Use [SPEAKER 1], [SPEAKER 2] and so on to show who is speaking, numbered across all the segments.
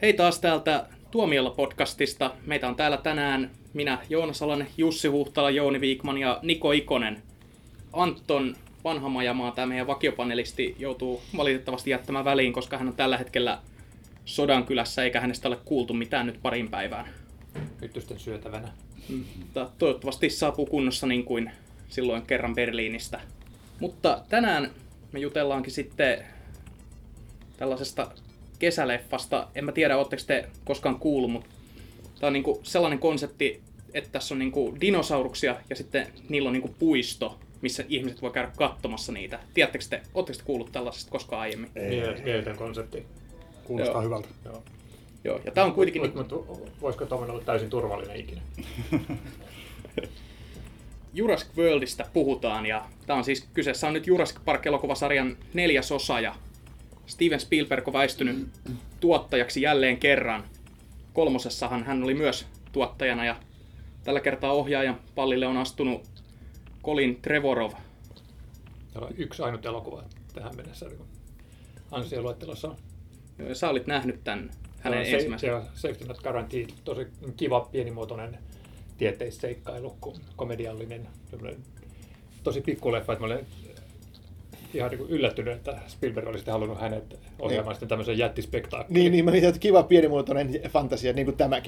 [SPEAKER 1] Hei taas täältä Tuomiolla podcastista. Meitä on täällä tänään minä, Joonas Alanen, Jussi Huhtala, Jouni Viikman ja Niko Ikonen. Anton Vanhamajamaa, tämä meidän vakiopanelisti, joutuu valitettavasti jättämään väliin, koska hän on tällä hetkellä Sodankylässä eikä hänestä ole kuultu mitään nyt parin päivään.
[SPEAKER 2] Hyttysten syötävänä.
[SPEAKER 1] Toivottavasti saapuu kunnossa niin kuin silloin kerran Berliinistä. Mutta tänään me jutellaankin sitten tällaisesta kesäleffasta. En mä tiedä, ootteko te koskaan kuullut, mutta tää on niinku sellainen konsepti, että tässä on niinku dinosauruksia ja sitten niillä on niinku puisto, missä ihmiset voi käydä katsomassa niitä. Tiedättekö te, ootteko te kuullut tällaisesta koskaan aiemmin?
[SPEAKER 2] Mieletön konsepti.
[SPEAKER 3] Kuulostaa hyvältä.
[SPEAKER 1] Joo, ja tää on kuitenkin...
[SPEAKER 2] Voisiko tommoinen olla täysin turvallinen ikinä?
[SPEAKER 1] Jurassic Worldista puhutaan, ja tää on siis kyseessä on nyt Jurassic Park-elokuvasarjan 4. osa, ja Steven Spielberg on väistynyt tuottajaksi jälleen kerran. 3. hän oli myös tuottajana, ja tällä kertaa ohjaajan pallille on astunut Colin Trevorrow.
[SPEAKER 2] Täällä on yksi ainut elokuva tähän mennessä. Ansioluettelossa on.
[SPEAKER 1] Sä olit nähnyt tämän hänen ensimmäisen.
[SPEAKER 2] Safety Not Guaranteed. Tosi kiva, pienimuotoinen tieteisseikkailu, komediallinen, tosi pikkuleffa, että mä olen ihan niin yllättynyt, että Spielberg olisi halunnut hänet ohjaamaan sitten tämmöisen jättispektaakkelin.
[SPEAKER 3] Niin, mä olin, että kiva pienimuotoinen fantasia, niin kuin tämäkin.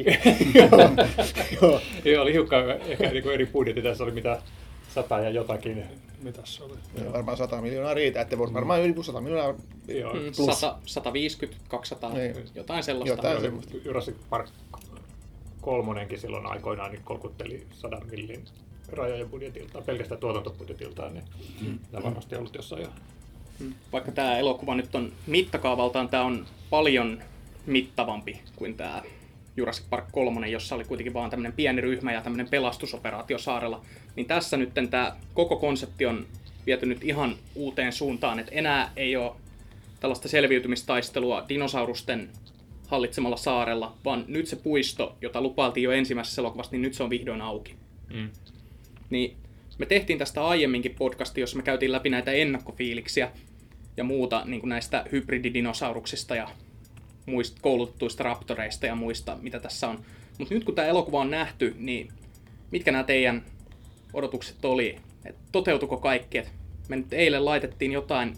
[SPEAKER 2] Joo, oli hiukan ehkä niin eri budjetti, tässä oli mitä 100 ja jotakin.
[SPEAKER 3] Mitäs se oli? Varmaan 100 miljoonaa riitä, että varmaan yli 100 miljoonaa plus.
[SPEAKER 1] 150, 200,
[SPEAKER 3] niin.
[SPEAKER 1] Jotain sellaista.
[SPEAKER 2] Jurassic Park 3 silloin aikoinaan niin kolkutteli 100 millin rajojen budjetiltaan, pelkästään tuotantobudjetiltaan, niin tämä varmasti ollut jossain jo.
[SPEAKER 1] Vaikka tämä elokuva nyt on mittakaavaltaan, tämä on paljon mittavampi kuin tämä Jurassic Park 3, jossa oli kuitenkin vaan tämmöinen pieni ryhmä ja tämmöinen pelastusoperaatio saarella, niin tässä nyt tämä koko konsepti on viety nyt ihan uuteen suuntaan, että enää ei ole tällaista selviytymistaistelua dinosaurusten hallitsemalla saarella, vaan nyt se puisto, jota lupailtiin jo ensimmäisessä elokuvassa, niin nyt se on vihdoin auki. Niin me tehtiin tästä aiemminkin podcasti, jossa me käytiin läpi näitä ennakkofiiliksiä ja muuta niin kuin näistä hybrididinosauruksista ja muista koulutetuista raptoreista ja muista, mitä tässä on. Mutta nyt kun tämä elokuva on nähty, niin mitkä nämä teidän odotukset oli? Et toteutuko kaikki? Et me nyt eilen laitettiin jotain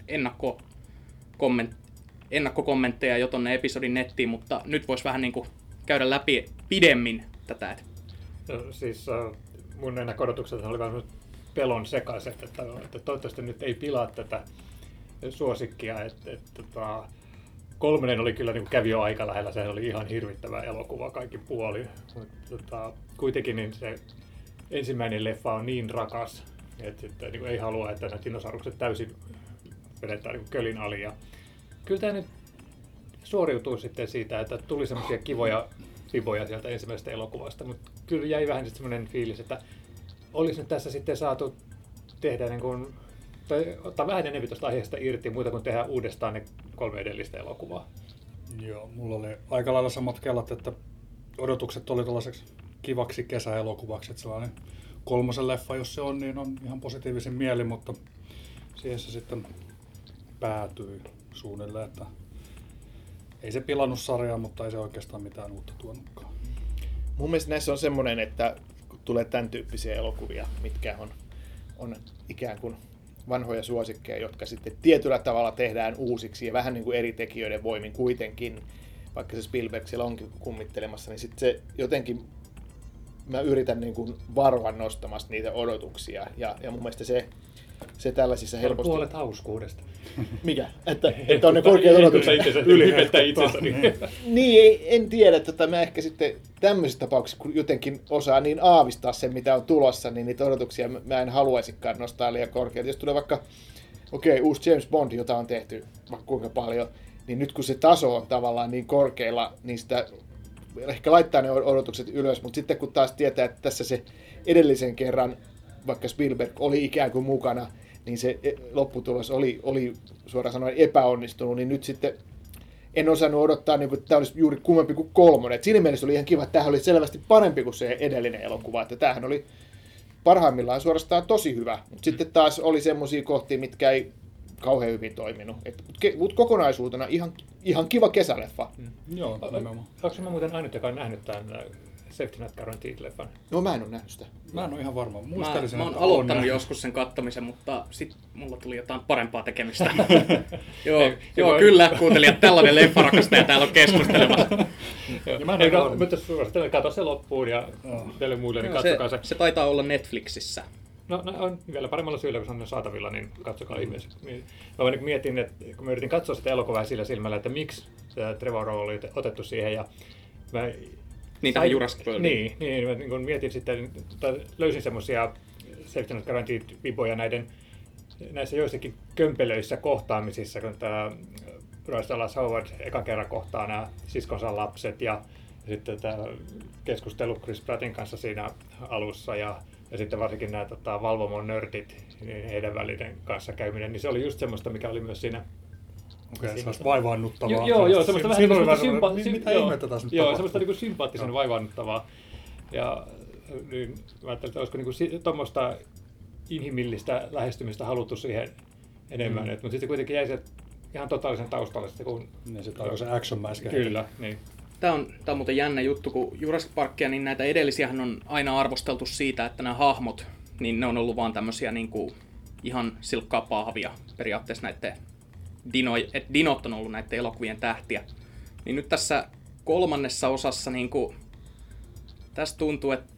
[SPEAKER 1] ennakkokommentteja jo tonne episodin nettiin, mutta nyt voisi vähän niin kuin käydä läpi pidemmin tätä.
[SPEAKER 2] Siis mun ennakko-odotukset oli vähän pelon sekaiset, että toivottavasti nyt ei pilaa tätä suosikkia. 3 oli kyllä, niin kävi jo aika lähellä, se oli ihan hirvittävä elokuva kaikki puoli. Mutta kuitenkin niin se ensimmäinen leffa on niin rakas, että niin ei halua, että nämä dinosaurukset täysin vedetään niin kölin ali. Ja kyllä tämä nyt suoriutuu sitten siitä, että tuli semmoisia kivoja viboja sieltä ensimmäisestä elokuvasta, mutta kyllä jäi vähän semmoinen fiilis, että olisi nyt tässä sitten saatu tehdä niin kuin, tai ottaa vähän enemmän tuosta aiheesta irti, muuta kuin tehdä uudestaan ne 3 edellistä elokuvaa.
[SPEAKER 3] Joo, mulla oli aika lailla samat kellat, että odotukset oli tällaiseksi kivaksi kesäelokuvaksi, että sellainen 3. leffa, jos se on, niin on ihan positiivisin mieli, mutta siihen se sitten päätyi suunnilleen, että ei se pilannut sarjaa, mutta ei se oikeastaan mitään uutta tuonutkaan.
[SPEAKER 4] Mun mielestä näissä on semmoinen, että kun tulee tämän tyyppisiä elokuvia, mitkä on ikään kuin vanhoja suosikkeja, jotka sitten tietyllä tavalla tehdään uusiksi ja vähän niin kuin eri tekijöiden voimin kuitenkin, vaikka se Spielberg siellä onkin kummittelemassa, niin sitten se jotenkin mä yritän niin kuin varoa nostamasta niitä odotuksia ja mun mielestä se tällaisissa helposti...
[SPEAKER 2] Puolet hauskuudesta.
[SPEAKER 4] Mikä? Että on ne korkeat odotukset.
[SPEAKER 2] Hypettää itsessäni.
[SPEAKER 4] Niin, en tiedä. Mä ehkä sitten tämmöisissä tapauksissa, kun jotenkin osaa niin aavistaa sen, mitä on tulossa, niin niitä odotuksia mä en haluaisikaan nostaa liian korkealle. Jos tulee vaikka, uusi James Bond, jota on tehty vaikka kuinka paljon, niin nyt kun se taso on tavallaan niin korkealla, niin sitä ehkä laittaa ne odotukset ylös, mutta sitten kun taas tietää, että tässä se edellisen kerran, vaikka Spielberg oli ikään kuin mukana, niin se lopputulos oli suoraan sanoen epäonnistunut, niin nyt sitten en osannut odottaa, niin että tämä olisi juuri kummempi kuin 3. Et siinä mielessä oli ihan kiva, että tämähän oli selvästi parempi kuin se edellinen elokuva, että tämähän oli parhaimmillaan suorastaan tosi hyvä, mutta sitten taas oli semmoisia kohtia, mitkä ei kauhean hyvin toiminut. Mutta kokonaisuutena ihan kiva kesäleffa.
[SPEAKER 3] Joo, nimenomaan.
[SPEAKER 2] Onko mä muuten ainut, joka on nähnyt tämän Safety Not Guaranteed-leffan?
[SPEAKER 4] No mä en ole nähnyt sitä.
[SPEAKER 3] Mä en ole ihan varma.
[SPEAKER 1] Mä oon aloittanut joskus sen kattomisen, mutta sit mulla tuli jotain parempaa tekemistä. Joo, kyllä, kuuntelijat, tällainen leffarakastaja täällä on keskustelemassa.
[SPEAKER 2] Mutta suosittelen, katso se loppuun ja teille muille, niin katsokaa se.
[SPEAKER 1] Se taitaa olla Netflixissä.
[SPEAKER 2] No on vielä paremmalla syyllä, kun se on saatavilla, niin katsokaa ihmeessä. Mä mietin, että kun mä yritin katsoa sitä elokuvaa sillä silmällä, että miksi Trevor oli otettu siihen. Ja mä
[SPEAKER 1] niin tähän Jurassic Worldiin.
[SPEAKER 2] Niin, mä niin mietin sitten, löysin semmoisia Safety Not Guaranteed-viboja näissä joissakin kömpelöissä kohtaamisissa, kun tämä Bryce Dallas Howard ekan kerran kohtaa nämä siskonsa lapset ja sitten tämä keskustelu Chris Prattin kanssa siinä alussa ja sitten varsinkin nämä valvomon nörtit, niin heidän välinen kanssa käyminen, niin se oli just semmoista, mikä oli myös siinä.
[SPEAKER 3] Okei, semmoista vaivaannuttavaa.
[SPEAKER 2] Joo, semmoista vähän
[SPEAKER 3] mitä ihmettä taas nyt
[SPEAKER 2] tapahtuu? Semmoista niin sympaattisen vaivaannuttavaa. Ja niin, mä ajattelin, että olisiko niin tuommoista inhimillistä lähestymistä haluttu siihen enemmän. Mutta sitten kuitenkin jäi se ihan totaalisen taustalle.
[SPEAKER 3] Niin se on se action mask.
[SPEAKER 2] Kyllä, niin.
[SPEAKER 1] Tämä on muuten jännä juttu, kun Jurassic Parkia, niin näitä edellisiähän on aina arvosteltu siitä, että nämä hahmot, niin ne on ollut vaan tämmöisiä niin kuin ihan silkkaa pahvia periaatteessa näiden dinot on ollut näiden elokuvien tähtiä. Niin nyt tässä kolmannessa osassa niin kuin, tässä tuntuu, että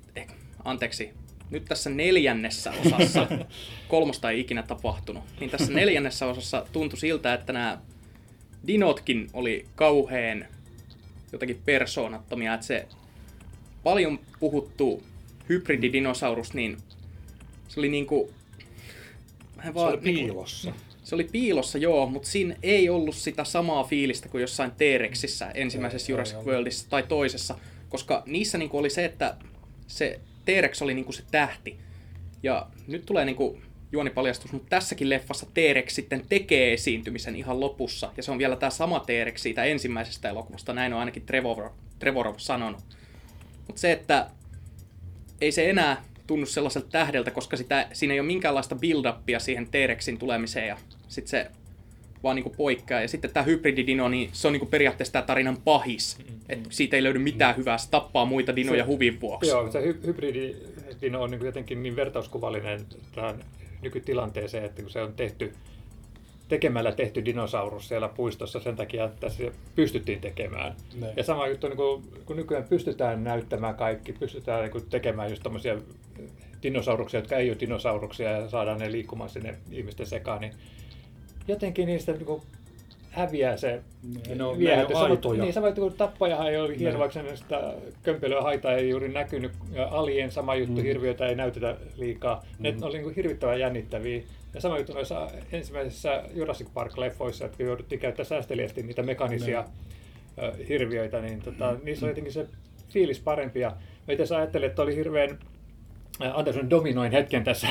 [SPEAKER 1] nyt tässä neljännessä osassa, kolmosta ei ikinä tapahtunut, niin tässä neljännessä osassa tuntui siltä, että nämä dinotkin oli kauheen jotakin persoonattomia, että se paljon puhuttu hybrididinosaurus, niin se oli niinku...
[SPEAKER 3] Se oli piilossa.
[SPEAKER 1] Se oli piilossa, joo, mutta siinä ei ollut sitä samaa fiilistä kuin jossain T-Rexissä, ensimmäisessä Jurassic Worldissa tai toisessa, koska niissä niinku oli se, että se T-Rex oli niinku se tähti. Ja nyt tulee niinku juonipaljastus, mutta tässäkin leffassa T-Rex sitten tekee esiintymisen ihan lopussa, ja se on vielä tämä sama T-Rex siitä ensimmäisestä elokuvasta, näin on ainakin Trevor sanonut. Mutta se, että ei se enää tunnu sellaiselta tähdeltä, koska siinä ei ole minkäänlaista build-upia siihen T-Rexin tulemiseen, ja sitten se vaan niinku poikkeaa. Ja sitten tämä hybrididino, niin se on niinku periaatteessa tämä tarinan pahis. Että siitä ei löydy mitään hyvää, se tappaa muita dinoja huvin vuoksi.
[SPEAKER 2] Joo, se hybrididino on niinku jotenkin niin vertauskuvallinen tähän nykytilanteeseen, että kun se on tekemällä tehty dinosaurus siellä puistossa, sen takia tässä pystyttiin tekemään. Ne. Ja sama juttu, kun nykyään pystytään näyttämään kaikki, pystytään tekemään just tommosia dinosauruksia, jotka ei ole dinosauruksia, ja saadaan ne liikkumaan sinne ihmisten sekaan, niin jotenkin niistä häviää se viehätys. Niin, sama juttu, kun tappajahan ei ole hieno, vaikka sitä kömpelöä haita ei juuri näkynyt, ja alien sama juttu, hirviöitä ei näytetä liikaa. Ne oli hirvittävän jännittäviä. Ja sama juttu noissa ensimmäisissä Jurassic Park-leffoissa, että jouduttiin käyttää säästeliästi niitä mekaanisia hirviöitä, niin niissä oli jotenkin se fiilis parempi. Ja mä itse ajattelin, että oli hirveän, dominoin hetken tässä,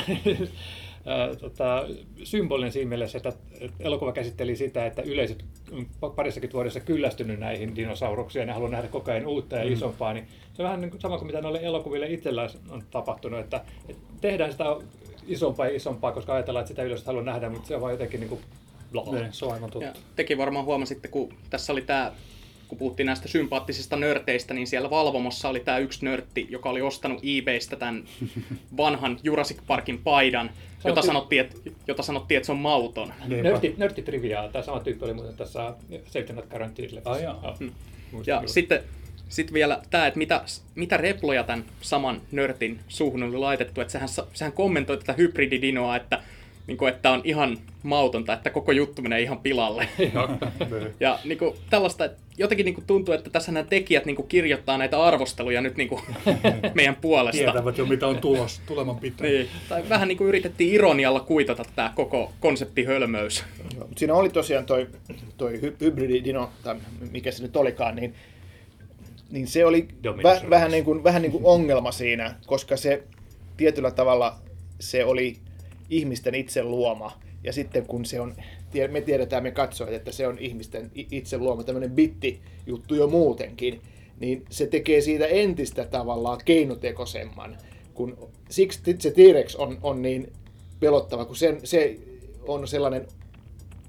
[SPEAKER 2] symbolinen siinä mielessä, että elokuva käsitteli sitä, että yleisöt on parissakin vuodessa kyllästynyt näihin dinosauruksiin ja ne haluaa nähdä koko ajan uutta ja isompaa. Niin se on vähän niin kuin sama kuin mitä noille elokuville itsellään on tapahtunut, että tehdään sitä isompaa, koska ajatellaan, että sitä yleisöt haluaa nähdä, mutta se on vaan jotenkin niin kuin
[SPEAKER 3] se on aivan totta.
[SPEAKER 1] Ja tekin varmaan huomasitte, kun tässä oli tämä, kun puhuttiin näistä sympaattisista nörteistä, niin siellä valvomossa oli tämä yksi nörtti, joka oli ostanut eBaystä tämän vanhan Jurassic Parkin paidan, jota sanottiin, että se on mauton.
[SPEAKER 2] Nörttitriviaa. Tämä sama tyyppi oli muuten tässä Safety Not Guaranteed-leffassa.
[SPEAKER 1] Ja sitten vielä tämä, että mitä reploja tämän saman nörtin suuhun oli laitettu, että sehän kommentoi tätä hybrididinoa, että on ihan mautonta, että koko juttu menee ihan pilalle. Ja tällaista, että jotenkin tuntuu, että tässä nämä tekijät kirjoittaa näitä arvosteluja nyt meidän puolesta.
[SPEAKER 3] Tietävät jo, mitä on tuleman pitää.
[SPEAKER 1] Niin. Tai vähän yritettiin ironialla kuitata tämä koko konseptihölmöys.
[SPEAKER 4] Joo, siinä oli tosiaan toi hybrididino, tai mikä se nyt olikaan, niin se oli vähän niin kuin ongelma siinä, koska se tietyllä tavalla se oli ihmisten itse luoma. Ja sitten kun se on, me tiedetään, me katsojat, että se on ihmisten itse luoma tämmöinen bittijuttu jo muutenkin, niin se tekee siitä entistä tavallaan keinotekoisemman. Siksi se T-Rex on niin pelottava, kun se on sellainen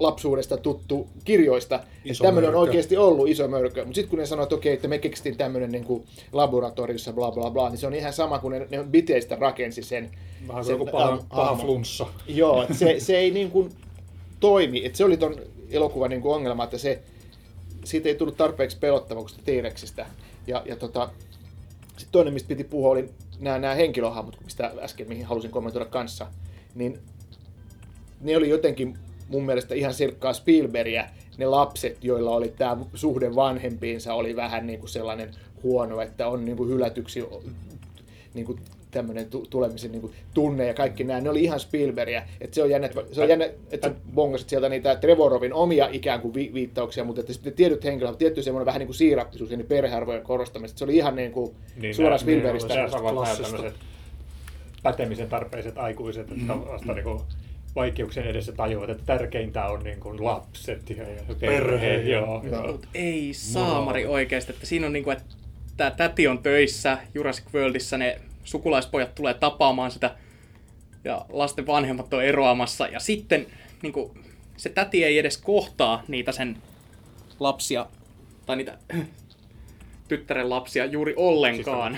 [SPEAKER 4] lapsuudesta tuttu kirjoista, että tämmöinen on oikeasti ollut iso mörkö. Mutta sitten kun ne sanoo, että okei, että me keksittiin tämmöinen niin kuin laboratoriossa, bla bla bla, niin se on ihan sama kuin ne biteistä rakensi sen.
[SPEAKER 3] Vähän
[SPEAKER 4] sen
[SPEAKER 3] kuin paha flunssa.
[SPEAKER 4] Joo, se ei niin kuin toimi. Et se oli ton elokuvan niin kuin ongelma, että siitä ei tullut tarpeeksi pelottava kuin T-Rexistä. Sitten toinen, mistä piti puhua, oli nämä henkilöhahmot, mistä äsken mihin halusin kommentoida kanssa. Niin ne oli jotenkin mun mielestä ihan silkkaa Spielbergia. Ne lapset, joilla oli tämä suhde vanhempiinsa, oli vähän niin kuin sellainen huono, että on niin kuin hylätyksi niin kuin tämmöinen tulemisen niin kuin tunne ja kaikki nämä. Ne oli ihan Spielbergia. Että se on jännä, että sä bongasit sieltä niitä Trevorovin omia ikään kuin viittauksia, mutta että sitten tietyt henkilöt, tietty semmoinen vähän niin kuin siirappisuus ja niin perhearvojen korostamista. Se oli ihan niin kuin suoraan Spielbergistä.
[SPEAKER 2] Tämmöiset pätemisen tarpeiset aikuiset, jotka vasta niin kuin vaikeuksien edessä tajuavat, että tärkeintä on niin kuin lapset ja perhe. Joo.
[SPEAKER 1] Ei saamari oikeasti, että siinä on niin kuin, että tämä täti on töissä Jurassic Worldissa, ne sukulaispojat tulee tapaamaan sitä ja lasten vanhemmat on eroamassa ja sitten niin kuin, se täti ei edes kohtaa niitä sen lapsia tai niitä tyttären lapsia juuri ollenkaan.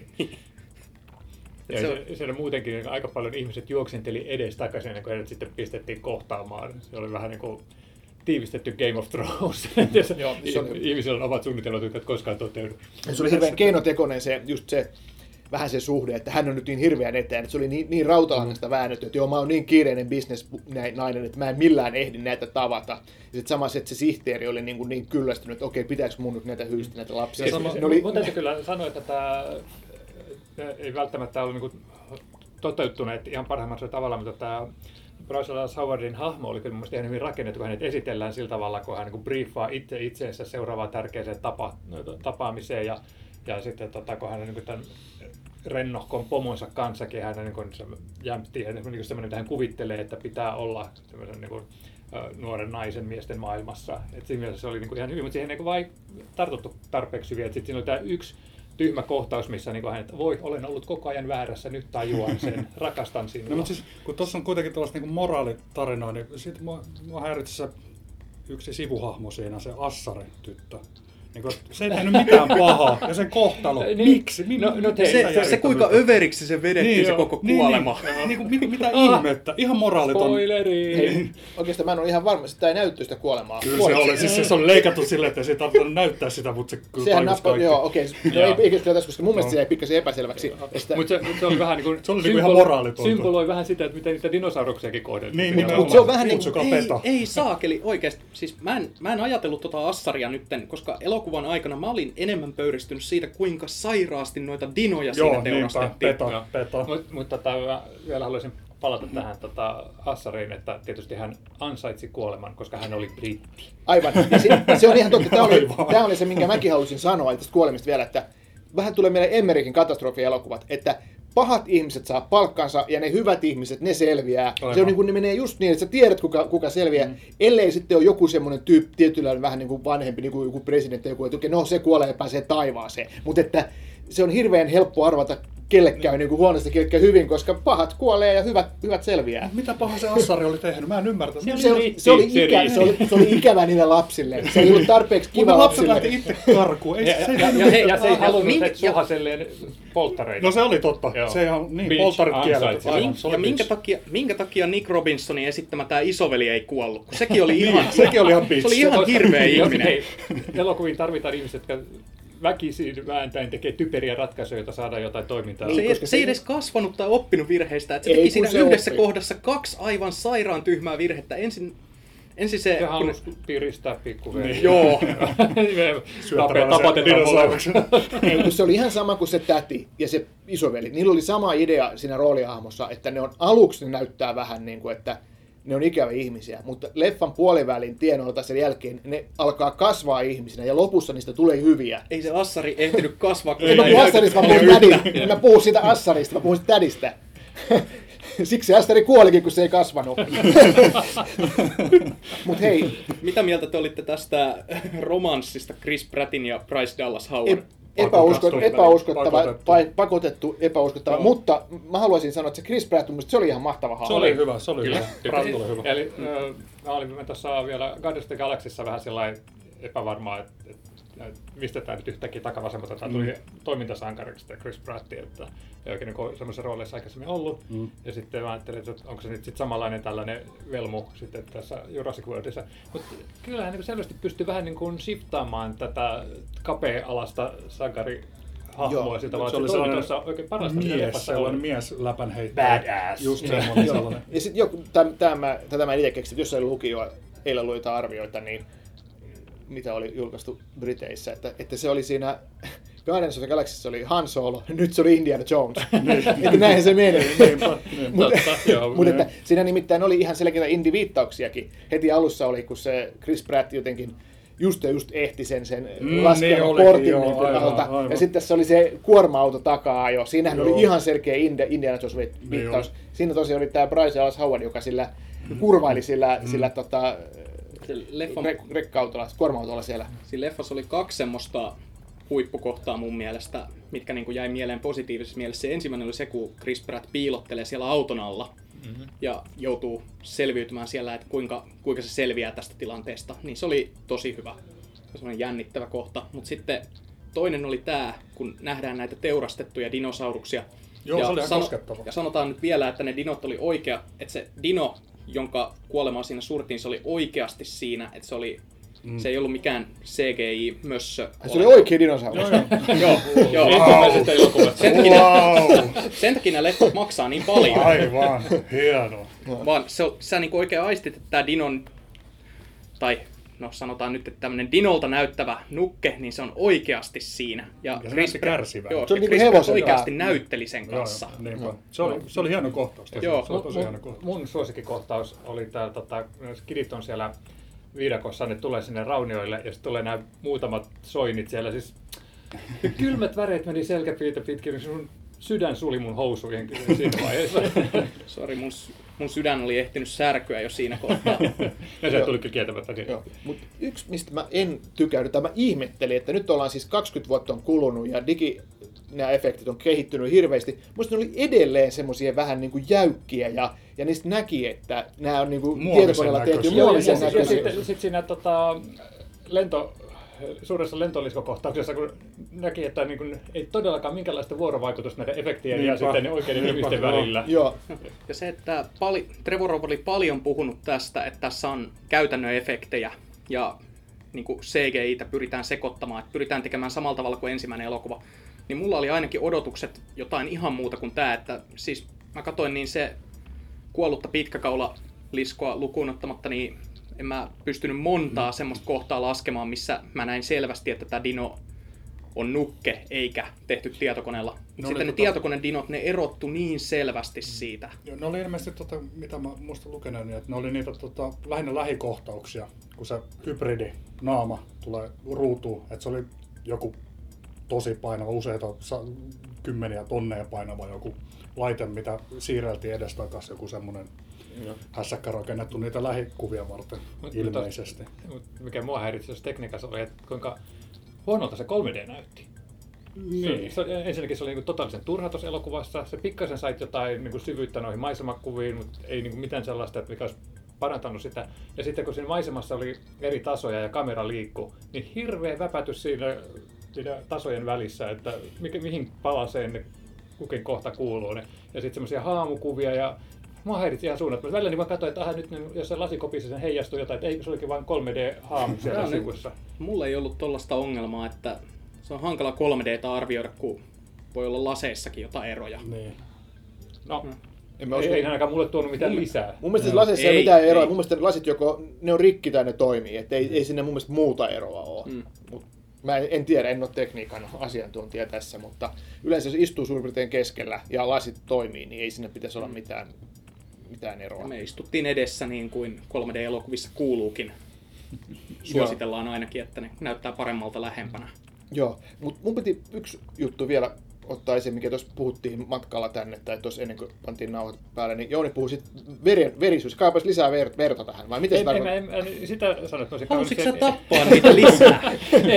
[SPEAKER 2] Ja siellä muutenkin aika paljon ihmiset juoksenteli edestakaisin, kun heidät sitten pistettiin kohtaamaan. Se oli vähän niin kuin tiivistetty Game of Thrones.
[SPEAKER 4] Joo,
[SPEAKER 2] ihmisillä on omat suunnitelmat, jotka koskaan toteudu.
[SPEAKER 4] Se oli hirveän keinotekoinen vähän se suhde, että hän on nyt niin hirveän eteen, että se oli niin rautalangasta väännetty, että joo, mä oon niin kiireinen bisnesnainen, että mä en millään ehdi näitä tavata. Ja sitten samassa, että se sihteeri oli niin kyllästynyt, että okei, pitääkö mun nyt näitä hyystä näitä lapsia.
[SPEAKER 2] Mun täytyy kyllä sanoa, että tämä ei välttämättä ole niin toteutuneet ihan parhaimmassa tavalla, mutta tämä Bryce Dallas Howardin hahmo oli kyllä mun mielestä ihan hyvin rakennettu, kun hänet esitellään sillä tavalla, kun hän niin briefaa itseensä seuraavaan tärkeäseen tapaamiseen ja sitten kun hän niin tämän rennohkon pomonsa kanssakin hän niin jämptii, niin semmoinen, mitä hän kuvittelee, että pitää olla semmoisen niin nuoren naisen miesten maailmassa. Et siinä mielessä se oli niin ihan hyvin, mutta siihen ei vain tartuttu tarpeeksi hyvin. Sitten siinä oli tämä yksi tyhmä kohtaus, missä niin hän, että olen ollut koko ajan väärässä, nyt tajuan sen, rakastan sinua.
[SPEAKER 3] No, mutta siis, kun tuossa on kuitenkin tällaista niin moraalitarinaa, niin siitä mua häiritsee yksi sivuhahmo siinä, se Assare-tyttö. Niin se ei tehnyt mitään pahaa, ja sen kohtalo. Miksi?
[SPEAKER 1] Se kuinka överiksi se vedettiin se koko kuolema.
[SPEAKER 3] Mitä ihmettä? Ihan moraaliton.
[SPEAKER 2] Spoileri!
[SPEAKER 4] Oikeastaan mä en ole ihan varma, että tämä ei näytty sitä kuolemaa.
[SPEAKER 3] Kyllä se oli. Siis se on leikattu silleen, että ei siitä tarvitse näyttää sitä, mutta se kyllä tajus kaikki.
[SPEAKER 4] Joo, okei. Ei kyllä tässä, koska mun mielestä se jäi pikkasen epäselväksi.
[SPEAKER 2] Mutta se oli vähän niin kuin
[SPEAKER 3] ihan moraalitonta.
[SPEAKER 2] Symboloi vähän sitä, että miten niitä dinosauruksiakin kohdeltiin.
[SPEAKER 3] Niin,
[SPEAKER 4] mutta se on vähän niin
[SPEAKER 1] kuin ei saakeli oikeasti. Siis mä en ajatellut tota Assaria nytten, koska elokuvan aikana mä olin enemmän pöyristynyt siitä, kuinka sairaasti noita dinoja siinä teurastettiin.
[SPEAKER 3] Peto.
[SPEAKER 2] Mutta vielä haluaisin palata tähän Assariin, että tietysti hän ansaitsi kuoleman, koska hän oli britti.
[SPEAKER 4] Aivan. Ja se on ihan totta. Tämä oli se, minkä mäkin halusin sanoa tästä kuolemista vielä, että vähän tulee meille Emmerikin katastrofielokuvat, että pahat ihmiset saa palkkansa ja ne hyvät ihmiset, ne selviää. Aivan. Se on niin kuin, ne menee just niin, että sä tiedät, kuka selviää, ellei sitten ole joku semmoinen tyyppi, tietyllä vähän niin kuin vanhempi, niin kuin joku presidentti, joku, että no se kuolee ja pääsee taivaaseen. Mutta että se on hirveän helppo arvata, kelle käy niin kuin huonosti, kelle käy hyvin, koska pahat kuolee ja hyvät selviää.
[SPEAKER 3] Mitä paha se Assari oli tehnyt? Mä en ymmärtänyt.
[SPEAKER 4] Se oli ikävä niille lapsille. Se ei ollut tarpeeksi kiva lapsille.
[SPEAKER 3] Lapset lähti itse karkuun.
[SPEAKER 2] Ja se ei halunnut Suhaselleen polttareita.
[SPEAKER 3] No se oli totta. Se ihan niin, polttarit kielletty.
[SPEAKER 1] Ja minkä takia Nick Robinsonin esittämä tämä isoveli ei kuollut? Kun sekin oli ihan
[SPEAKER 3] bitch.
[SPEAKER 1] Se oli ihan hirveä ihminen.
[SPEAKER 2] Elokuviin tarvitaan ihmiset, jotka väkisin vääntäen tekee typeriä ratkaisuja, joita saadaan jotain toimintaa.
[SPEAKER 1] Se ei edes kasvanut tai oppinut virheistä. Että se teki siinä yhdessä kohdassa 2 aivan sairaan tyhmää virhettä. Ensin se
[SPEAKER 2] halusi piristää pikkuveljaa.
[SPEAKER 1] Joo.
[SPEAKER 4] Tapatetaan. Se oli ihan sama kuin se täti ja se isoveli. Niillä oli sama idea siinä roolihahmossa, että ne on aluksi ne näyttää vähän niin kuin, että ne on ikävä ihmisiä, mutta leffan puolivälin tienoilta sen jälkeen ne alkaa kasvaa ihmisinä ja lopussa niistä tulee hyviä.
[SPEAKER 1] Ei se Assari ehtinyt kasvaa.
[SPEAKER 4] Mä puhun siitä Assarista, mä puhun siitä tädistä. Siksi Assari kuolikin, kun se ei kasvanut. Mut hei.
[SPEAKER 1] Mitä mieltä te olitte tästä romanssista Chris Prattin ja Bryce Dallas Howard?
[SPEAKER 4] pakotettu epäuskottava, mutta mä haluaisin sanoa, että se Chris Pratt, se oli ihan mahtava hahmo.
[SPEAKER 3] Se oli hyvä, se oli hyvä. Pratt oli hyvä.
[SPEAKER 2] Eli mä olin tuossa vielä Guardians of the Galaxyssa vähän sellainen epävarmaa, että mistä tämä nyt yhtäkkiä takavasemmalta tämä tuli toimintasankariksi tämä Chris Pratt, että ei oikein niin semmoisessa roolissa aikaisemmin ollut. Ja sitten mä ajattelin, että onko se nyt sitten samanlainen tällainen velmu sitten tässä Jurassic Worldissa. Mutta kyllähän niin selvästi pystyy vähän niin kuin shiftaamaan tätä kapea-alasta sankarihahmoa siltä tavalla, että se oli tuossa oikein parasta.
[SPEAKER 3] Sellainen mies läpänheittäjä.
[SPEAKER 2] Badass.
[SPEAKER 3] Just sellainen.
[SPEAKER 4] Ja sitten tätä mä itse keksin, että jossain luki jo eilen luita arvioita, niin mitä oli julkaistu Briteissä, että se oli siinä Guardians of the Galaxyssa oli Han Solo, nyt se oli Indiana Jones. Että näinhän se meni. Mutta siinä nimittäin oli ihan selkeitä indie-viittauksiakin. Heti alussa oli, kun se Chris Pratt jotenkin just ehti sen laskevan portin alta. Ja sitten tässä oli se kuorma-auto takaa jo. Siinähän oli ihan selkeä Indiana Jones-viittaus. Siinä tosiaan oli tämä Bryce Dallas Howard, joka sillä kurvaili sillä rekka-autolla, kuorma-autolla siellä.
[SPEAKER 1] Siinä leffassa oli 2 semmoista huippukohtaa mun mielestä, mitkä niin kuin jäi mieleen positiivisessa mielessä. Se ensimmäinen oli se, kun Chris Pratt piilottelee siellä auton alla ja joutuu selviytymään siellä, että kuinka se selviää tästä tilanteesta. Niin se oli tosi hyvä. Se on jännittävä kohta. Mutta sitten toinen oli tämä, kun nähdään näitä teurastettuja dinosauruksia.
[SPEAKER 3] Joo, se oli ihan koskettava.
[SPEAKER 1] Ja sanotaan nyt vielä, että ne dinot oli oikea, että se dino, jonka kuolemaa siinä surtiin, se oli oikeasti siinä, että se ei ollut mikään CGI-mössö.
[SPEAKER 4] Se oli oikea dinosaurus.
[SPEAKER 1] Joo. Sen takia nämä leffat maksaa niin paljon.
[SPEAKER 3] Aivan, hienoa.
[SPEAKER 1] Vaan sä niin oikein aistit, että tämä dinon, tai no sanotaan nyt, että tämmöinen dinolta näyttävä nukke, niin se on oikeasti siinä.
[SPEAKER 3] Ja se näytti kärsivää.
[SPEAKER 1] Joo,
[SPEAKER 4] se on
[SPEAKER 1] Chris Pratt oikeasti näytteli sen kanssa.
[SPEAKER 3] Se oli hieno kohtaus.
[SPEAKER 2] Mun suosikkikohtaus oli tää, kidit on siellä viidakossa, ne tulee sinne raunioille ja sitten tulee nämä muutamat soinnit siellä. Siis kylmät väreet meni selkäpiitä pitkin, sun sydän suli mun housuihin siinä vaiheessa.
[SPEAKER 1] Sori, mun sydän oli ehtinyt särkyä jo siinä kohtaa.
[SPEAKER 2] Ja se tuli kyllä kieltämättä.
[SPEAKER 4] Mutta yksi, mistä mä en tykännyt, tai mä ihmettelin, että nyt ollaan siis 20 vuotta on kulunut ja nämä efektit on kehittynyt hirveästi. Musta ne oli edelleen semmoisia vähän niin kuin jäykkiä ja niistä näki, että nämä on niin kuin tietokoneella tehty muovisen näköisiä.
[SPEAKER 2] Ja sitten siinä suuressa lentoliskokohtauksessa, kun näki, että niin kuin, ei todellakaan minkäänlaista vuorovaikutusta näiden efektien ja sitten ne oikeiden ihmisten välillä.
[SPEAKER 4] Joo.
[SPEAKER 1] Ja se, että Trevorrow oli paljon puhunut tästä, että tässä on käytännön efektejä ja niin kuin CGI-tä pyritään sekoittamaan, että pyritään tekemään samalla tavalla kuin ensimmäinen elokuva, niin mulla oli ainakin odotukset jotain ihan muuta kuin tämä, että siis mä katsoin niin se kuollutta pitkäkaulaliskoa lukuun ottamatta, niin en mä pystynyt montaa semmoista kohtaa laskemaan, missä mä näin selvästi, että tämä dino on nukke eikä tehty tietokoneella. Sitten ne tietokonedinot, ne erottu niin selvästi siitä.
[SPEAKER 3] Joo, ne oli ilmeisesti, mitä mä muistan lukeneeni, että ne oli niitä lähinnä lähikohtauksia, kun se hybridinaama tulee ruutuun, että se oli joku tosi painava, useita kymmeniä tonneja painava joku laite, mitä siirreltiin edestakas, joku semmoinen hässäkkä rakennettu niitä lähikuvia varten ilmeisesti.
[SPEAKER 2] Mikä mua häiritsi tuossa tekniikassa oli, että kuinka huonolta se 3D näytti. Niin. Ensinnäkin se oli totaalisen turha tuossa elokuvassa. Se pikkasen sait jotain syvyyttä noihin maisemakuviin, mutta ei mitään sellaista, mikä olisi parantanut sitä. Ja sitten kun siinä maisemassa oli eri tasoja ja kamera liikkui, niin hirveä väpätys siinä tasojen välissä, että mihin palaseen ne kukin kohta kuuluu. Ja sitten semmoisia haamukuvia ja mua häiritsi ihan suunnattomasti. Välillä niin mä katsoin, että nyt jos se lasikopissa sen heijastuu jotain, että ei, se olikin vain 3D-haamu siellä sivussa. Mulla
[SPEAKER 1] ei ollut tollaista ongelmaa, että se on hankala 3D:tä arvioida, kun voi olla laseissakin jotain eroja.
[SPEAKER 3] Niin.
[SPEAKER 2] No, ei ainakaan mulle tuonut mitään lisää.
[SPEAKER 4] Mun mielestä laseissa ei ole mitään eroa. Mun mielestä lasit joko ne on rikki tai ne toimii. Että ei sinne mun mielestä muuta eroa ole. Mä en tiedä, en ole tekniikan asiantuntija tässä, mutta yleensä jos istuu suurin piirtein keskellä ja lasit toimii, niin ei sinne pitäisi olla mitään eroa.
[SPEAKER 1] Ja me istuttiin edessä niin kuin 3D-elokuvissa kuuluukin. Suositellaan ainakin, että ne näyttää paremmalta lähempänä.
[SPEAKER 4] Joo, mutta mun piti yksi juttu vielä ottaa esiin, mikä tuossa puhuttiin matkalla tänne, tai tuossa ennen kuin pantiin nauhat päälle, niin Jouni puhui sitten verisyys. Kaipas lisää verta tähän, vai miten se tarkoittaa?
[SPEAKER 2] En sitä sano, että
[SPEAKER 1] halusitko sä tappaa niitä lisää?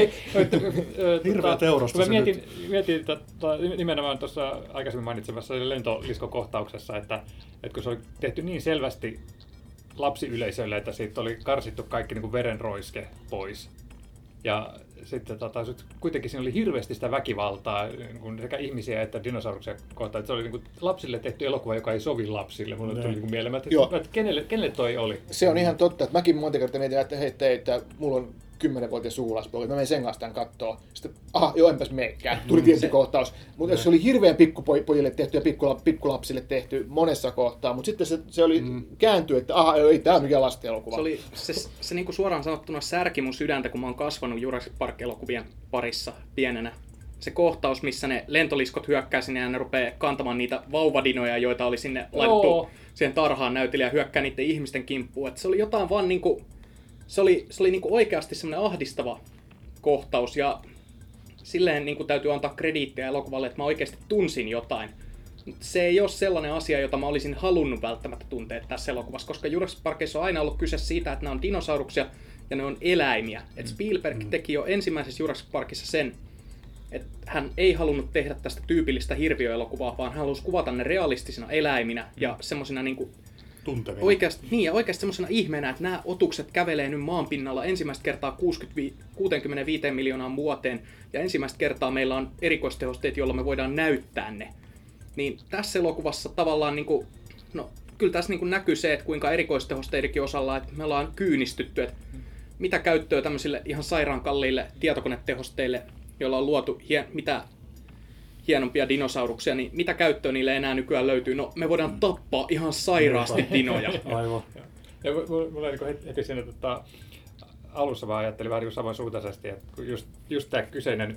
[SPEAKER 3] Hirveä teurasta se
[SPEAKER 2] mietin nimenomaan tuossa aikaisemmin mainitsemassa lentoliskokohtauksessa, että kun se oli tehty niin selvästi lapsiyleisölle, että siitä oli karsittu kaikki niin kuin verenroiske pois. Ja sitten kuitenkin siinä oli hirveästi sitä väkivaltaa niin sekä ihmisiä että dinosauruksia kohtaan. Se oli niin kuin lapsille tehty elokuva, joka ei sovi lapsille. Mulle tuli niin kuin mieleen, että kenelle toi oli?
[SPEAKER 4] Se on ihan totta, että mäkin monta kertaa mietin, että hei, että mulla on 10-vuotias sukulaispoika, mä menen sen kanssa tämän kattoo. Sitten, enpäs meikään. Tuli tietty kohtaus. Mutta se oli hirveän pikkupojille tehty ja pikkulapsille tehty monessa kohtaa, mutta sitten se oli kääntyi, että ei tää on mikään lasten elokuva.
[SPEAKER 1] Se niin kuin suoraan sanottuna särki mun sydäntä, kun mä oon kasvanut Jurassic Park-elokuvien parissa pienenä. Se kohtaus, missä ne lentoliskot hyökkää sinne ja ne rupeaa kantamaan niitä vauvadinoja, joita oli sinne laitettu siihen tarhaan näytelijä ja hyökkää niiden ihmisten kimppuun. Että se oli jotain vaan niinku... Se oli niinku oikeasti semmoinen ahdistava kohtaus ja silleen niinku täytyy antaa krediittiä elokuvalle, että mä oikeasti tunsin jotain. Se ei ole sellainen asia, jota mä olisin halunnut välttämättä tuntea tässä elokuvassa, koska Jurassic Parkissa on aina ollut kyse siitä, että ne on dinosauruksia ja ne on eläimiä. Et Spielberg teki jo ensimmäisessä Jurassic Parkissa sen, että hän ei halunnut tehdä tästä tyypillistä hirviöelokuvaa, vaan hän halusi kuvata ne realistisina eläiminä ja semmosina niinku oikeasti semmoisena ihmeenä, että nämä otukset kävelee nyt maan pinnalla ensimmäistä kertaa 65 miljoonaan vuoteen ja ensimmäistä kertaa meillä on erikoistehosteet, joilla me voidaan näyttää ne. Niin tässä elokuvassa tavallaan niinku, kyllä tässä niinku näkyy se, että kuinka erikoistehosteidenkin osalla, että me ollaan kyynistytty, että mitä käyttöä tämmöisille ihan sairaan kalliille tietokonetehosteille, joilla on luotu mitä hienompia dinosauruksia, niin mitä käyttöä niille enää nykyään löytyy? No, me voidaan tappaa ihan sairaasti dinoja.
[SPEAKER 2] Aivan. Ja mulla niin heti siinä alussa vaan ajattelin vähän niin samansuuntaisesti, että just tämä kyseinen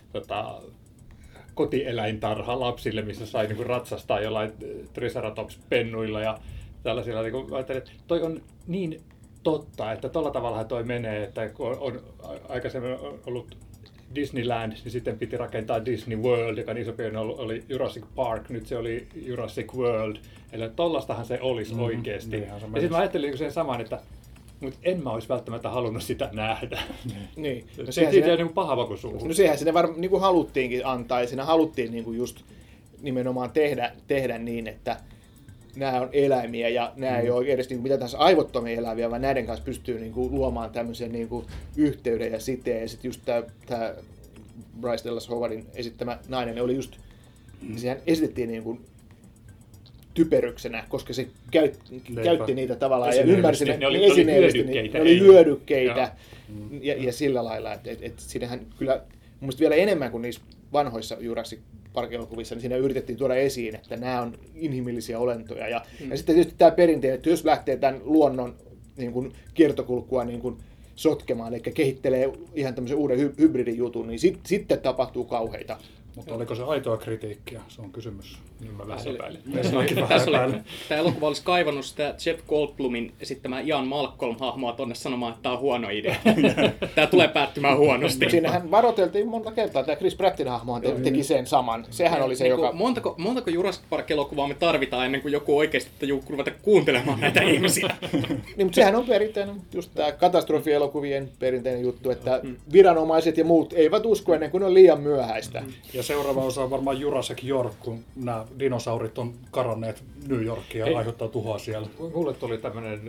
[SPEAKER 2] kotieläintarha lapsille, missä sai niin ratsastaa jollain Triceratops-pennuilla ja tällaisilla. Niin ajattelin, että toi on niin totta, että tolla tavalla toi menee, että kun on aikaisemmin ollut Disneyland, niin sitten piti rakentaa Disney World, joka niin sopiin oli Jurassic Park, nyt se oli Jurassic World. Eli tollastahan se olisi oikeasti. Ja sitten mä ajattelin sen saman, että mutta en mä olisi välttämättä halunnut sitä nähdä.
[SPEAKER 4] Niin.
[SPEAKER 2] No siitä ei niin paha vaku suuhun.
[SPEAKER 4] No sehän sinne niin kuin haluttiinkin antaa, ja siinä haluttiin niin kuin just nimenomaan tehdä niin, että nämä on eläimiä ja nämä ei ole edes niin kuin mitä tahansa aivottomia eläviä, vaan näiden kanssa pystyy niin kuin luomaan tämmöisen niin kuin yhteyden ja siteen. Ja sitten just tämä Bryce Dallas Howardin esittämä nainen oli just, sehän esitettiin niin kuin typeryksenä, koska se käytti niitä tavallaan ja ymmärsi
[SPEAKER 2] ne oli
[SPEAKER 4] hyödykkeitä ja sillä lailla, että siinähän kyllä mun mielestä vielä enemmän kuin niissä vanhoissa Jurassic Park-elokuvissa, niin siinä yritettiin tuoda esiin, että nämä on inhimillisiä olentoja. Ja sitten tietysti tämä perinteinen, että jos lähtee tämän luonnon niin kuin kiertokulkua niin kuin sotkemaan, eli kehittelee ihan tämmöisen uuden hybridijutun, niin sitten tapahtuu kauheita.
[SPEAKER 3] Mutta oliko se aitoa kritiikkiä? Se on kysymys.
[SPEAKER 2] Niin mä vähän epäilin.
[SPEAKER 1] Tämä elokuva olisi kaivannut sitä Jeff Goldblumin esittämää Ian Malcolm-hahmoa tonne sanomaan, että tämä on huono idea. Tämä tulee päättymään huonosti.
[SPEAKER 4] Siinähän varoiteltiin monta kertaa. Tämä Chris Prattin hahmohan teki sen saman. Sehän oli se,
[SPEAKER 1] niin
[SPEAKER 4] joka...
[SPEAKER 1] Montako Jurassic Park-elokuvaa me tarvitaan ennen kuin joku oikeasti tajuu ruveta kuuntelemaan näitä ihmisiä?
[SPEAKER 4] Niin, mutta sehän on perinteinen, just tämä katastrofielokuvien perinteinen juttu, että viranomaiset ja muut eivät usko ennen kuin on liian myöhäistä.
[SPEAKER 3] Ja seuraava osa on varmaan Jurassic York, kun nämä dinosaurit on karanneet New Yorkia ja aiheuttaa tuhoa siellä.
[SPEAKER 2] Mulle tuli tämmöinen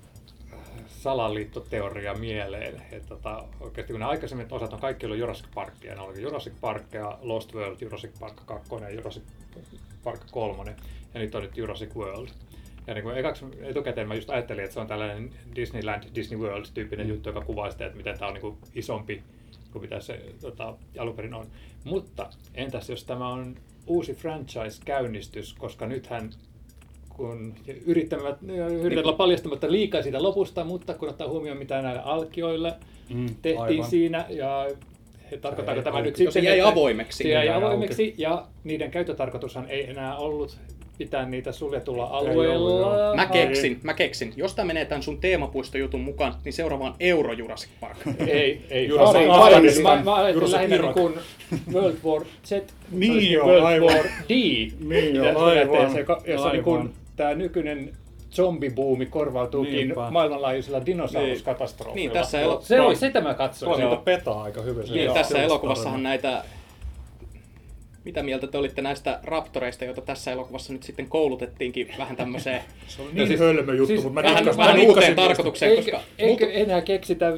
[SPEAKER 2] salaliittoteoria mieleen, että oikeasti kun nämä aikaisemmin osat on kaikki ollut Jurassic Parkia, ne oli Jurassic Park ja Lost World, Jurassic Park 2 ja Jurassic Park 3 ja nyt on nyt Jurassic World. Ja niin kuin etukäteen mä just ajattelin, että se on tällainen Disneyland, Disney World-tyyppinen juttu, joka kuvaa sitä, että miten tämä on niin kuin isompi kuin mitä se alun perin on. Mutta entäs jos tämä on uusi franchise-käynnistys, koska nythän kun yrittävät olla paljastamatta liikaa siitä lopusta, mutta kun ottaa huomioon mitä näille alkioille tehtiin aivan siinä ja tarkoittaako tämä nyt sitten,
[SPEAKER 1] se jäi avoimeksi.
[SPEAKER 2] Se jäi avoimeksi ja niiden käyttötarkoitushan ei enää ollut pitää niitä suljetulla
[SPEAKER 3] Ei
[SPEAKER 2] alueella.
[SPEAKER 3] ollut,
[SPEAKER 1] Mä keksin. Jos tää menee tän sun teemapuistojutun mukaan, niin seuraavaan Euro Jurassic Park.
[SPEAKER 2] Ei
[SPEAKER 3] Jurassic
[SPEAKER 2] Park.
[SPEAKER 3] Park.
[SPEAKER 2] Mä ajattelin
[SPEAKER 3] Jurassic
[SPEAKER 2] lähinnä
[SPEAKER 3] Park.
[SPEAKER 2] niin kuin World War Z,
[SPEAKER 3] Niin joo,
[SPEAKER 2] World
[SPEAKER 3] aivan.
[SPEAKER 2] War D.
[SPEAKER 3] Niin joo,
[SPEAKER 2] Ja
[SPEAKER 3] aivan.
[SPEAKER 2] jossa niin kuin
[SPEAKER 3] Aivan.
[SPEAKER 2] tää nykyinen zombibuumi korvautuukin
[SPEAKER 3] Niinpä.
[SPEAKER 2] maailmanlaajuisella dinosauruskatastrofilla.
[SPEAKER 1] Niin, tässä
[SPEAKER 2] Se oli, sitä mä katsoin.
[SPEAKER 3] Tuo niitä
[SPEAKER 2] Joo.
[SPEAKER 3] petaa aika hyvin. se
[SPEAKER 1] Niin, tässä
[SPEAKER 3] se
[SPEAKER 1] elokuvassahan näitä... Mitä mieltä te olitte näistä raptoreista, joita tässä elokuvassa nyt sitten koulutettiinkin vähän tämmöiseen
[SPEAKER 3] Se oli
[SPEAKER 2] No
[SPEAKER 3] niin
[SPEAKER 2] siis-
[SPEAKER 3] hölmö juttu,
[SPEAKER 2] siis
[SPEAKER 3] mutta mä
[SPEAKER 1] vähän
[SPEAKER 3] dikkasin
[SPEAKER 1] uuteen
[SPEAKER 3] niistä.
[SPEAKER 1] tarkoitukseen, koska...
[SPEAKER 2] Eikö enää keksitä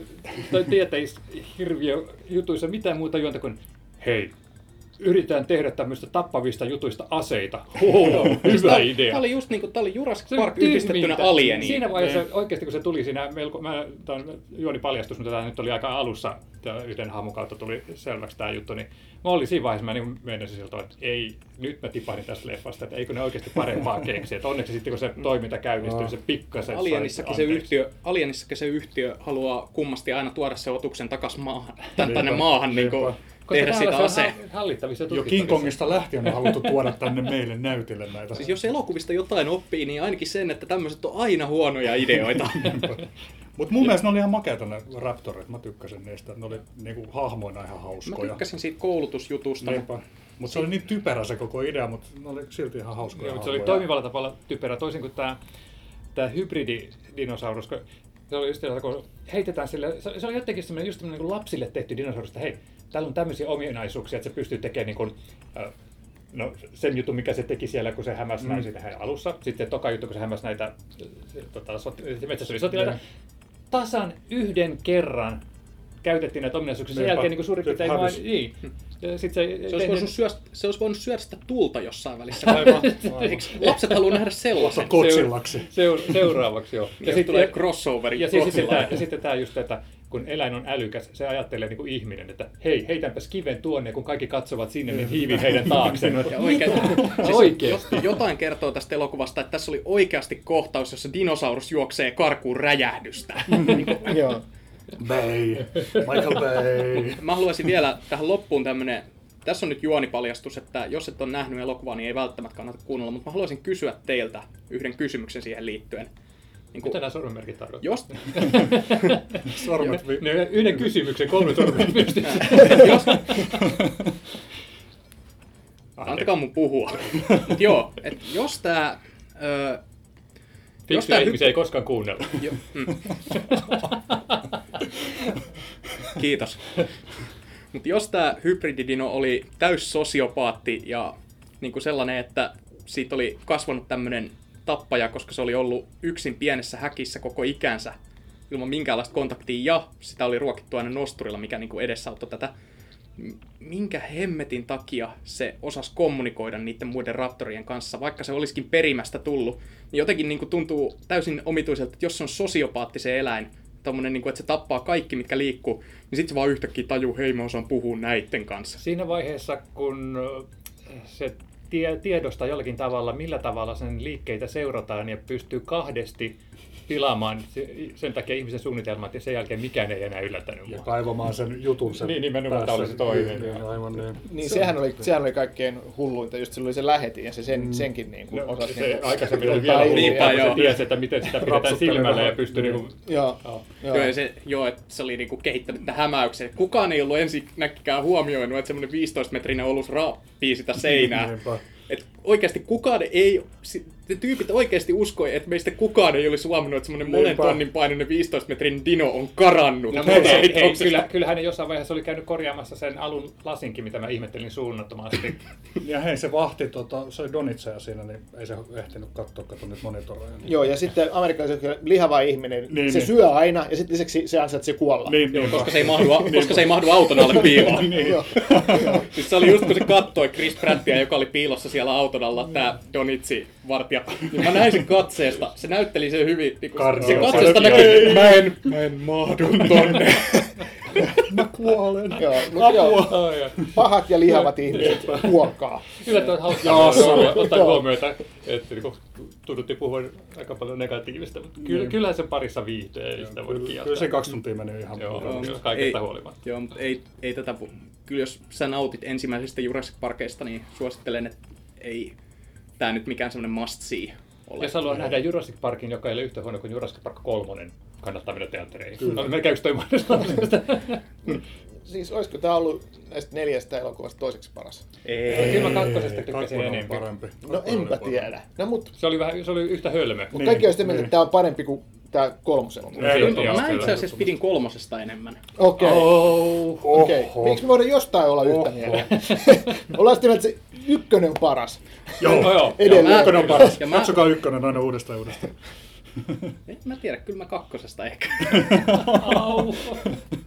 [SPEAKER 2] tieteishirviöjutuissa mitään muuta juonta kuin hei, yritetään tehdä tämmöistä tappavista jutuista aseita. Hyvä idea.
[SPEAKER 1] Tämä oli just niinku, tää oli Jurassic
[SPEAKER 2] Se oli
[SPEAKER 1] Park yhdistettynä
[SPEAKER 2] tyhmintä.
[SPEAKER 1] Alieniin.
[SPEAKER 2] Siinä vaiheessa oikeasti kun se tuli siinä, tää on juoni paljastus, mutta tämä nyt oli aika alussa, yhden hahmon kautta tuli selväksi tämä juttu, niin mä olin siinä vaiheessa, mä niin meinasin siltä, että ei, nyt mä tipahdin tästä leffasta, että eikö ne oikeasti parempaa keksiä. Että onneksi sitten kun se toiminta käynnistyi, se pikkasen
[SPEAKER 1] Alienissakin se yhtiö haluaa kummasti aina tuoda se otuksen takas maahan, tänne
[SPEAKER 3] Niinpä,
[SPEAKER 1] maahan niin
[SPEAKER 3] niinpä.
[SPEAKER 1] tehdä siitä aseen.
[SPEAKER 2] hallittavissa
[SPEAKER 3] Jo King
[SPEAKER 2] tutkittavissa.
[SPEAKER 3] Kongista lähtien on haluttu tuoda tänne meille näytille näitä.
[SPEAKER 1] Siis jos elokuvista jotain oppii, niin ainakin sen, että tämmöiset on aina huonoja ideoita.
[SPEAKER 3] Mutta mun mielestä ne oli ihan makeita ne Raptorit, mä tykkäsin niistä. Ne oli niinku hahmoina ihan
[SPEAKER 1] Mä
[SPEAKER 3] hauskoja.
[SPEAKER 1] tykkäsin siitä koulutusjutusta.
[SPEAKER 3] Mutta se oli niin typerä se koko idea, mutta ne oli silti ihan hauskoja
[SPEAKER 2] Joo, mutta se oli
[SPEAKER 3] hahmoja.
[SPEAKER 2] toimivalla tavalla typerä, toisin kuin tämä hybrididinosaurus. Se oli just sellaista, kun heitetään sille, se oli jotenkin semmoinen, just semmoinen niin kuin lapsille tehty dinosaurus, että hei, täällä on tämmöisiä ominaisuuksia, että se pystyy tekemään niin kuin, no, sen jutun, mikä se teki siellä, kun se hämäsi näin siitä alussa. Sitten toka juttu, kun se hämäsi näitä metsässä oli sotilaita. Tasan yhden kerran käytettiin näitä ominaisuuksia. Sen
[SPEAKER 3] Niinpä.
[SPEAKER 2] jälkeen niin suurin piirtein
[SPEAKER 3] Sitten hävisi.
[SPEAKER 2] niin. Ja sit
[SPEAKER 1] Se olisi voinut syödä sitä tulta jossain välissä. Eikö lapset halua nähdä sellaisen?
[SPEAKER 3] Kotsillaksi.
[SPEAKER 2] Seuraavaksi joo.
[SPEAKER 1] Ja sitten tulee crossoveri.
[SPEAKER 2] Ja sitten tämä just, että kun eläin on älykäs, se ajattelee niin kuin ihminen, että hei, heitänpäs kiven tuonne, kun kaikki katsovat sinne, niin hiivin heidän taakseen.
[SPEAKER 1] Ja siis
[SPEAKER 2] Oikeesti.
[SPEAKER 1] jotain kertoo tästä elokuvasta, että tässä oli oikeasti kohtaus, jossa dinosaurus juoksee karkuun räjähdystä.
[SPEAKER 4] Joo.
[SPEAKER 3] Bay. Michael Bay.
[SPEAKER 1] Mä haluaisin vielä tähän loppuun tämmönen, tässä on nyt juonipaljastus, että jos et ole nähnyt elokuvaa, niin ei välttämättä kannata kuunnella, mutta mä haluaisin kysyä teiltä yhden kysymyksen siihen liittyen. Niin
[SPEAKER 2] Mitä nämä sormenmerkit tarkoittaa?
[SPEAKER 1] jos,
[SPEAKER 3] Sormet
[SPEAKER 2] Yhden kysymyksen, 3 sormenmerkit pystyy.
[SPEAKER 1] antakaa mun puhua. Mut joo, et jos tää...
[SPEAKER 2] Fiksuja ihmisiä ei koskaan kuunnella.
[SPEAKER 1] Kiitos. Mutta jos tämä hybrididino oli täys sosiopaatti ja niinku sellainen, että siitä oli kasvanut tämmöinen tappaja, koska se oli ollut yksin pienessä häkissä koko ikänsä ilman minkäänlaista kontaktia ja sitä oli ruokittu aina nosturilla, mikä niinku edesauttoi tätä. Minkä hemmetin takia se osasi kommunikoida niiden muiden raptorien kanssa, vaikka se olisikin perimästä tullut, niin jotenkin niinku tuntuu täysin omituiselta, että jos se on sosiopaattisen eläin, tommonen, niinku, että se tappaa kaikki, mitkä liikkuu, niin sitten se vaan yhtäkkiä tajuu, hei mä osaan puhua näitten kanssa.
[SPEAKER 2] Siinä vaiheessa, kun se tiedostaa jollakin tavalla, millä tavalla sen liikkeitä seurataan ja pystyy kahdesti pilaamaan sen takia ihmisen suunnitelmat ja sen jälkeen mikään ei enää yllättänyt
[SPEAKER 3] Ja
[SPEAKER 2] mua.
[SPEAKER 3] kaivamaan sen jutun sen
[SPEAKER 2] Niin, nimenomaan,
[SPEAKER 3] päässä.
[SPEAKER 2] oli se toinen.
[SPEAKER 3] Niin, aivan niin.
[SPEAKER 4] Niin sehän oli kaikkein hulluinta, just sillä oli se lähetin ja se senkin niin kuin
[SPEAKER 2] No,
[SPEAKER 4] osasi...
[SPEAKER 2] se
[SPEAKER 4] niin kuin
[SPEAKER 2] aikaisemmin oli
[SPEAKER 4] ottaa
[SPEAKER 2] vielä
[SPEAKER 4] irti.
[SPEAKER 1] Niinpä,
[SPEAKER 2] hullumpaa,
[SPEAKER 1] joo.
[SPEAKER 2] kun se tiesi, että miten sitä pidetään
[SPEAKER 3] Rapsuttelee
[SPEAKER 2] silmällä ja
[SPEAKER 3] vähän.
[SPEAKER 2] pystyy
[SPEAKER 3] Niin.
[SPEAKER 2] niinku...
[SPEAKER 4] Joo.
[SPEAKER 1] Joo, että se oli niinku kehittänyt tämän hämäyksen. Kukaan ei ollut ensinnäkään huomioinut, että semmoinen 15-metrinen olus raappii sitä seinää.
[SPEAKER 3] Niinpä.
[SPEAKER 1] Et oikeasti kukaan ei, ne tyypit oikeasti uskoi, että meistä kukaan ei olisi huomannut, että semmoinen monen
[SPEAKER 3] Niinpä.
[SPEAKER 1] tonnin painoinen 15-metrin dino on karannut.
[SPEAKER 2] No,
[SPEAKER 1] tuolta
[SPEAKER 2] hei,
[SPEAKER 1] helikopterista.
[SPEAKER 2] kyllähän ne jossain vaiheessa oli käynyt korjaamassa sen alun lasinkin, mitä mä ihmettelin suunnattomasti.
[SPEAKER 3] Ja hei, se vahti, se oli Donitseja siinä, niin ei se ehtinyt katsoa nyt monitoroja.
[SPEAKER 4] Joo, ja sitten amerikkalaisen lihava ihminen,
[SPEAKER 3] Niin,
[SPEAKER 4] se
[SPEAKER 3] niin.
[SPEAKER 4] syö aina ja sitten lisäksi se ansaitsee kuolla.
[SPEAKER 3] Niin,
[SPEAKER 1] Koska se ei mahdu auton alle piiloon.
[SPEAKER 3] niin.
[SPEAKER 4] Joo.
[SPEAKER 1] Siis se oli just kun se kattoi Chris Prattia, joka oli piilossa siellä auton alla, tää Donitsi-vartija. Niin mä näin sen katseesta. Se näytteli sen hyvin. Niin se
[SPEAKER 3] Karnio.
[SPEAKER 1] katseesta näkyy, mä en mahdu tonne.
[SPEAKER 3] Mä kuolen.
[SPEAKER 4] Joo, mutta joo, pahat ja lihavat ihmiset kuolkaa.
[SPEAKER 2] Yllättävän hauskaa ottaa huomioon, että niin tunnuttiin puhua aika paljon negatiivista, mutta kyllähän sen parissa viihtyy, ei sitä voi kieltää.
[SPEAKER 3] Kyllä se 2 tuntia meni ihan
[SPEAKER 2] Joo,
[SPEAKER 3] mukavasti.
[SPEAKER 2] kyllä kaikesta huolimatta.
[SPEAKER 1] Joo, mutta ei tätä... Kyllä jos sä nautit ensimmäisestä Jurassic Parkeista, niin suosittelen, että ei tää nyt mikään semmoinen must see ole.
[SPEAKER 2] Jos haluaa nähdä Jurassic Parkin, joka ei ole yhtä huono kuin Jurassic Park 3, kannattaa mennä teattereihin. No, melkein yksi toi mainostamista.
[SPEAKER 4] Siis olisiko tää ollut näistä 4 elokuvasta toiseksi paras?
[SPEAKER 2] Kyllä mä kakkosesta tykkäsin
[SPEAKER 3] Kakkonen on
[SPEAKER 2] enemmän.
[SPEAKER 3] parempi.
[SPEAKER 4] No
[SPEAKER 3] Kakkonen
[SPEAKER 4] enpä
[SPEAKER 3] oli
[SPEAKER 4] tiedä. No mut
[SPEAKER 2] Se oli yhtä hölmö.
[SPEAKER 4] Mutta kaikki on sitä mieltä, että tämä on parempi kuin tämä 3.
[SPEAKER 1] Mä itse asiassa pidin 3 enemmän.
[SPEAKER 4] Okei. Okei.
[SPEAKER 3] Oho.
[SPEAKER 4] Miksi me voidaan jostain olla yhtä mieltä? Ollaan sitä mieltä, että se 1 on paras.
[SPEAKER 2] Joo.
[SPEAKER 4] Edelleen.
[SPEAKER 3] Ykkönen on paras.
[SPEAKER 1] Ja mä-
[SPEAKER 3] Katsokaa ykkönen aina uudestaan ja uudestaan.
[SPEAKER 1] En mä tiedä, kyllä mä 2 ehkä.
[SPEAKER 2] Au.